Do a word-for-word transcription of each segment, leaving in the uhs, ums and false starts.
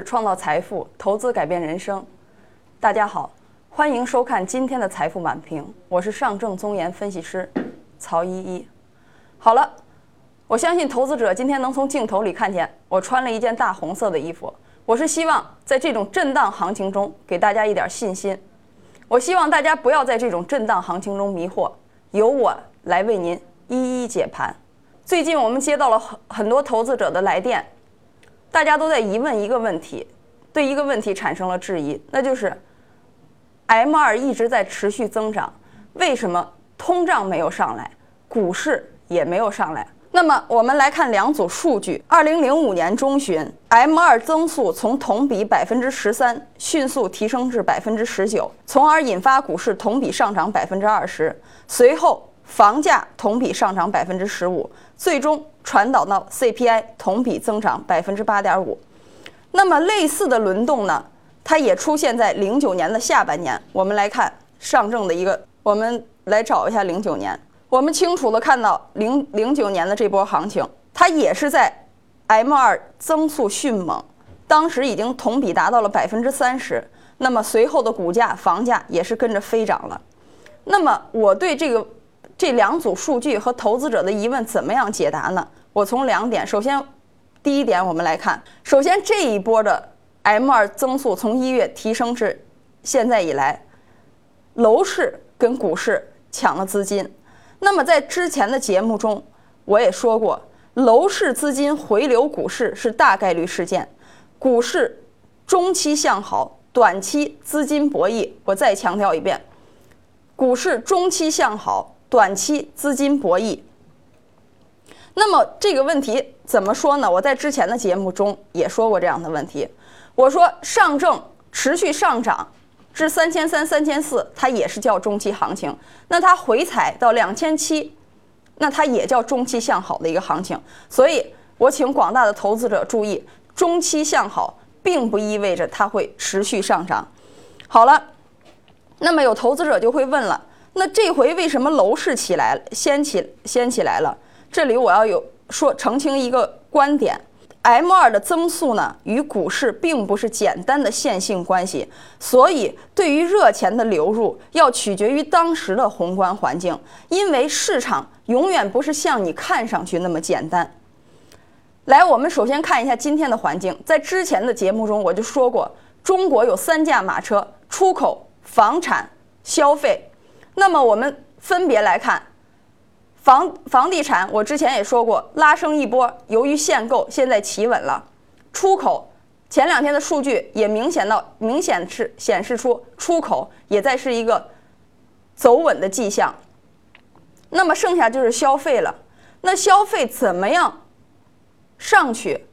识创造财富，投资改变人生。大家好，欢迎收看今天的财富满评，我是上证综研分析师曹依依。好了，我相信投资者今天能从镜头里看见我穿了一件大红色的衣服，我是希望在这种震荡行情中给大家一点信心。我希望大家不要在这种震荡行情中迷惑，由我来为您一一解盘。最近我们接到了很很多投资者的来电，大家都在疑问一个问题，对一个问题产生了质疑，那就是 M 二 一直在持续增长，为什么通胀没有上来，股市也没有上来？那么我们来看两组数据。二零零五年中旬 M 二 增速从同比百分之十三迅速提升至百分之十九，从而引发股市同比上涨百分之二十。随后房价同比上涨百分之十五，最终传导到 C P I 同比增长百分之八点五。那么类似的轮动呢，它也出现在零九年的下半年。我们来看上证的一个，我们来找一下零九年。我们清楚的看到零零九年的这波行情，它也是在 M 二 增速迅猛，当时已经同比达到了百分之三十。那么随后的股价、房价也是跟着飞涨了。那么我对这个这两组数据和投资者的疑问怎么样解答呢？我从两点，首先第一点我们来看，首先这一波的 M 二 增速从一月提升至现在以来，楼市跟股市抢了资金。那么在之前的节目中我也说过，楼市资金回流股市是大概率事件，股市中期向好，短期资金博弈。我再强调一遍，股市中期向好，短期资金博弈。那么这个问题怎么说呢？我在之前的节目中也说过这样的问题，我说上证持续上涨至三千三、三千四，它也是叫中期行情。那它回踩到两千七，那它也叫中期向好的一个行情。所以我请广大的投资者注意，中期向好并不意味着它会持续上涨。好了，那么有投资者就会问了，那这回为什么楼市起来先起先起来了？这里我要有说澄清一个观点。M 二 的增速呢，与股市并不是简单的线性关系，所以对于热钱的流入要取决于当时的宏观环境，因为市场永远不是像你看上去那么简单。来，我们首先看一下今天的环境。在之前的节目中我就说过，中国有三驾马车：出口、房产、消费。那么我们分别来看。房房地产，我之前也说过，拉升一波，由于限购，现在企稳了。出口，前两天的数据也明显到明显是显示出出口也在是一个走稳的迹象。那么剩下就是消费了，那消费怎么样上去？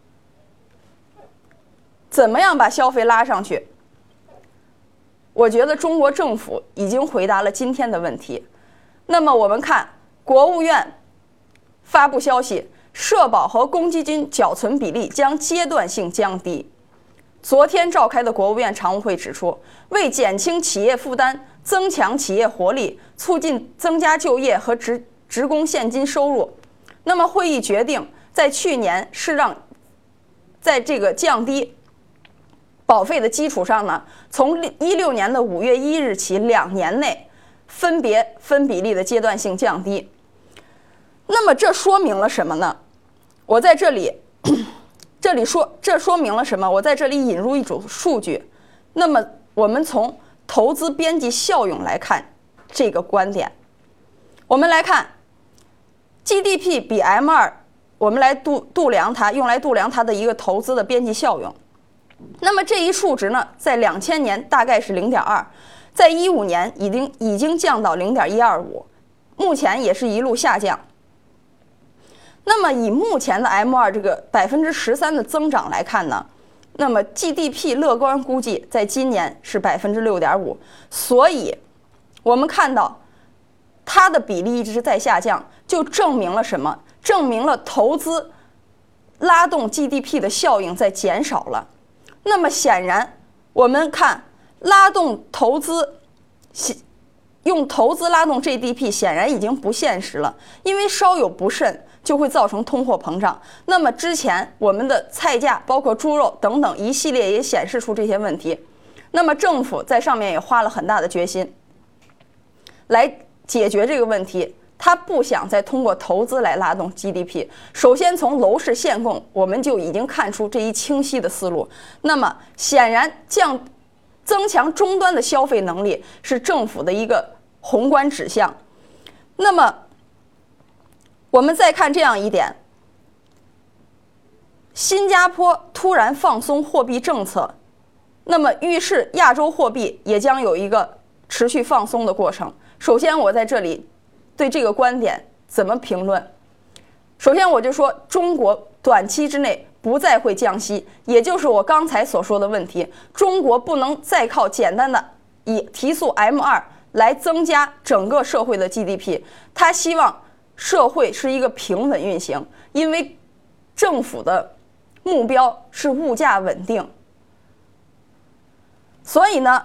怎么样把消费拉上去？我觉得中国政府已经回答了今天的问题。那么我们看。国务院发布消息，社保和公积金缴存比例将阶段性降低。昨天召开的国务院常务会指出，为减轻企业负担，增强企业活力，促进增加就业和职职工现金收入，那么会议决定在去年是让在这个降低保费的基础上呢，从一六年的五月一日起两年内分别分比例的阶段性降低。那么这说明了什么呢？我在这里这里说这说明了什么？我在这里引入一组数据。那么我们从投资边际效用来看这个观点。我们来看 G D P 比 M 二， 我们来度度量它，用来度量它的一个投资的边际效用。那么这一数值呢，在两千年大概是 零点二， 在一五年已经已经降到 零点一二五， 目前也是一路下降。那么以目前的 M 二 这个百分之十三的增长来看呢，那么 G D P 乐观估计在今年是百分之六点五，所以我们看到它的比例一直在下降，就证明了什么？证明了投资拉动 G D P 的效应在减少了。那么显然，我们看拉动投资，用投资拉动 G D P 显然已经不现实了，因为稍有不慎就会造成通货膨胀。那么之前我们的菜价，包括猪肉等等一系列也显示出这些问题。那么政府在上面也花了很大的决心来解决这个问题。他不想再通过投资来拉动 G D P。首先从楼市限供，我们就已经看出这一清晰的思路。那么显然降增强终端的消费能力是政府的一个宏观指向。那么我们再看这样一点，新加坡突然放松货币政策，那么预示亚洲货币也将有一个持续放松的过程。首先我在这里对这个观点怎么评论？首先我就说，中国短期之内不再会降息，也就是我刚才所说的问题。中国不能再靠简单的以提速 M 二 来增加整个社会的 G D P， 他希望社会是一个平稳运行，因为政府的目标是物价稳定。所以呢，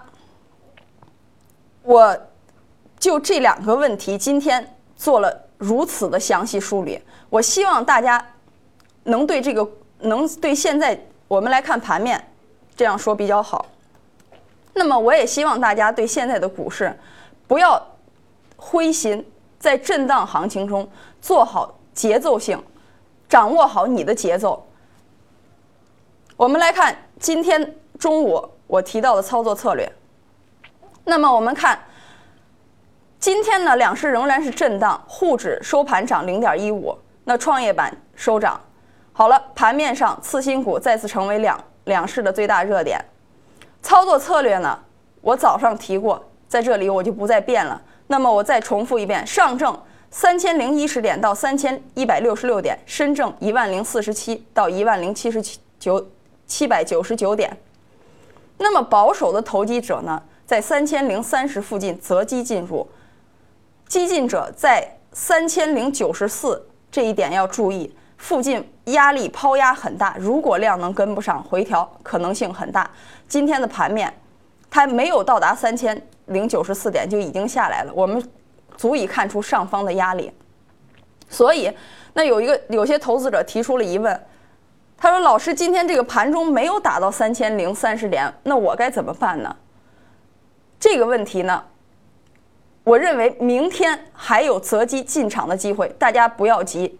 我就这两个问题今天做了如此的详细梳理。我希望大家能对这个能对现在我们来看盘面这样说比较好。那么我也希望大家对现在的股市不要灰心，在震荡行情中做好节奏性，掌握好你的节奏。我们来看今天中午我提到的操作策略。那么我们看今天呢，两市仍然是震荡，沪指收盘涨 零点一五， 那创业板收涨。好了，盘面上次新股再次成为两两市的最大热点。操作策略呢，我早上提过，在这里我就不再变了。那么我再重复一遍：上证三千零一十点到三千一百六十六点，深证一万零四十七到一万零七十九七百九十九点。那么保守的投机者呢，在三千零三十附近择机进入。激进者在三千零九十四这一点要注意，附近压力抛压很大，如果量能跟不上，回调可能性很大。今天的盘面它没有到达三千零九十四点就已经下来了，我们足以看出上方的压力。所以那有一个有些投资者提出了疑问，他说老师，今天这个盘中没有打到三千零三十点，那我该怎么办呢？这个问题呢，我认为明天还有择机进场的机会，大家不要急。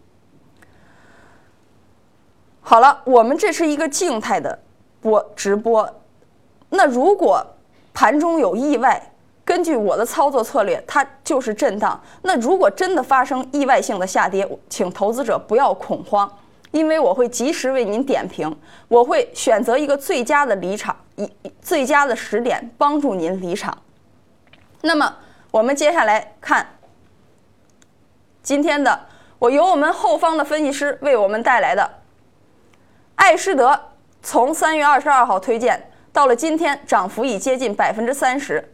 好了，我们这是一个静态的播直播，那如果盘中有意外，根据我的操作策略，它就是震荡。那如果真的发生意外性的下跌，请投资者不要恐慌，因为我会及时为您点评，我会选择一个最佳的离场，一最佳的时点帮助您离场。那么我们接下来看今天的，我由我们后方的分析师为我们带来的艾诗德，从三月二十二号推荐到了今天，涨幅已接近百分之三十。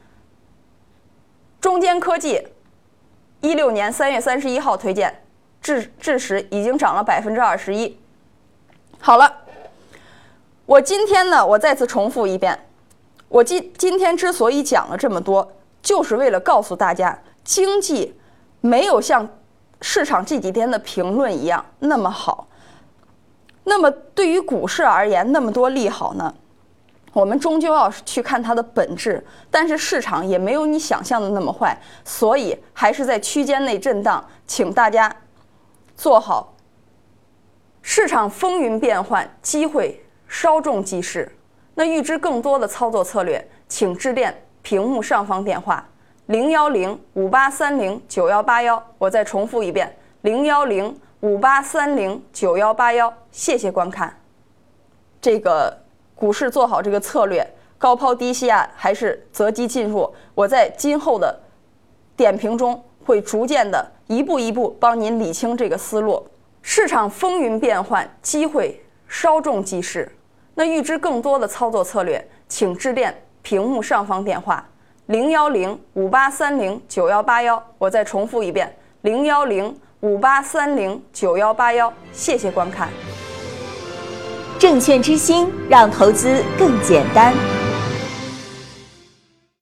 中坚科技，一六年三月三十一号推荐，至至时已经涨了百分之二十一。好了，我今天呢，我再次重复一遍，我今今天之所以讲了这么多，就是为了告诉大家，经济没有像市场这几天的评论一样那么好。那么对于股市而言，那么多利好呢，我们终究要去看它的本质。但是市场也没有你想象的那么坏，所以还是在区间内震荡，请大家做好市场风云变幻，机会稍纵即逝。那预知更多的操作策略，请致电屏幕上方电话零幺零五八三零九幺八幺，我再重复一遍零幺零五八三零九幺八幺。谢谢观看。这个股市做好这个策略，高抛低吸啊，还是择机进入，我在今后的点评中会逐渐的一步一步帮您理清这个思路。市场风云变幻，机会稍纵即逝。那预知更多的操作策略，请致电屏幕上方电话零幺零五八三零九幺八幺，我再重复一遍零幺零五八三零九幺八幺。谢谢观看。 证券之星，让投资更简单。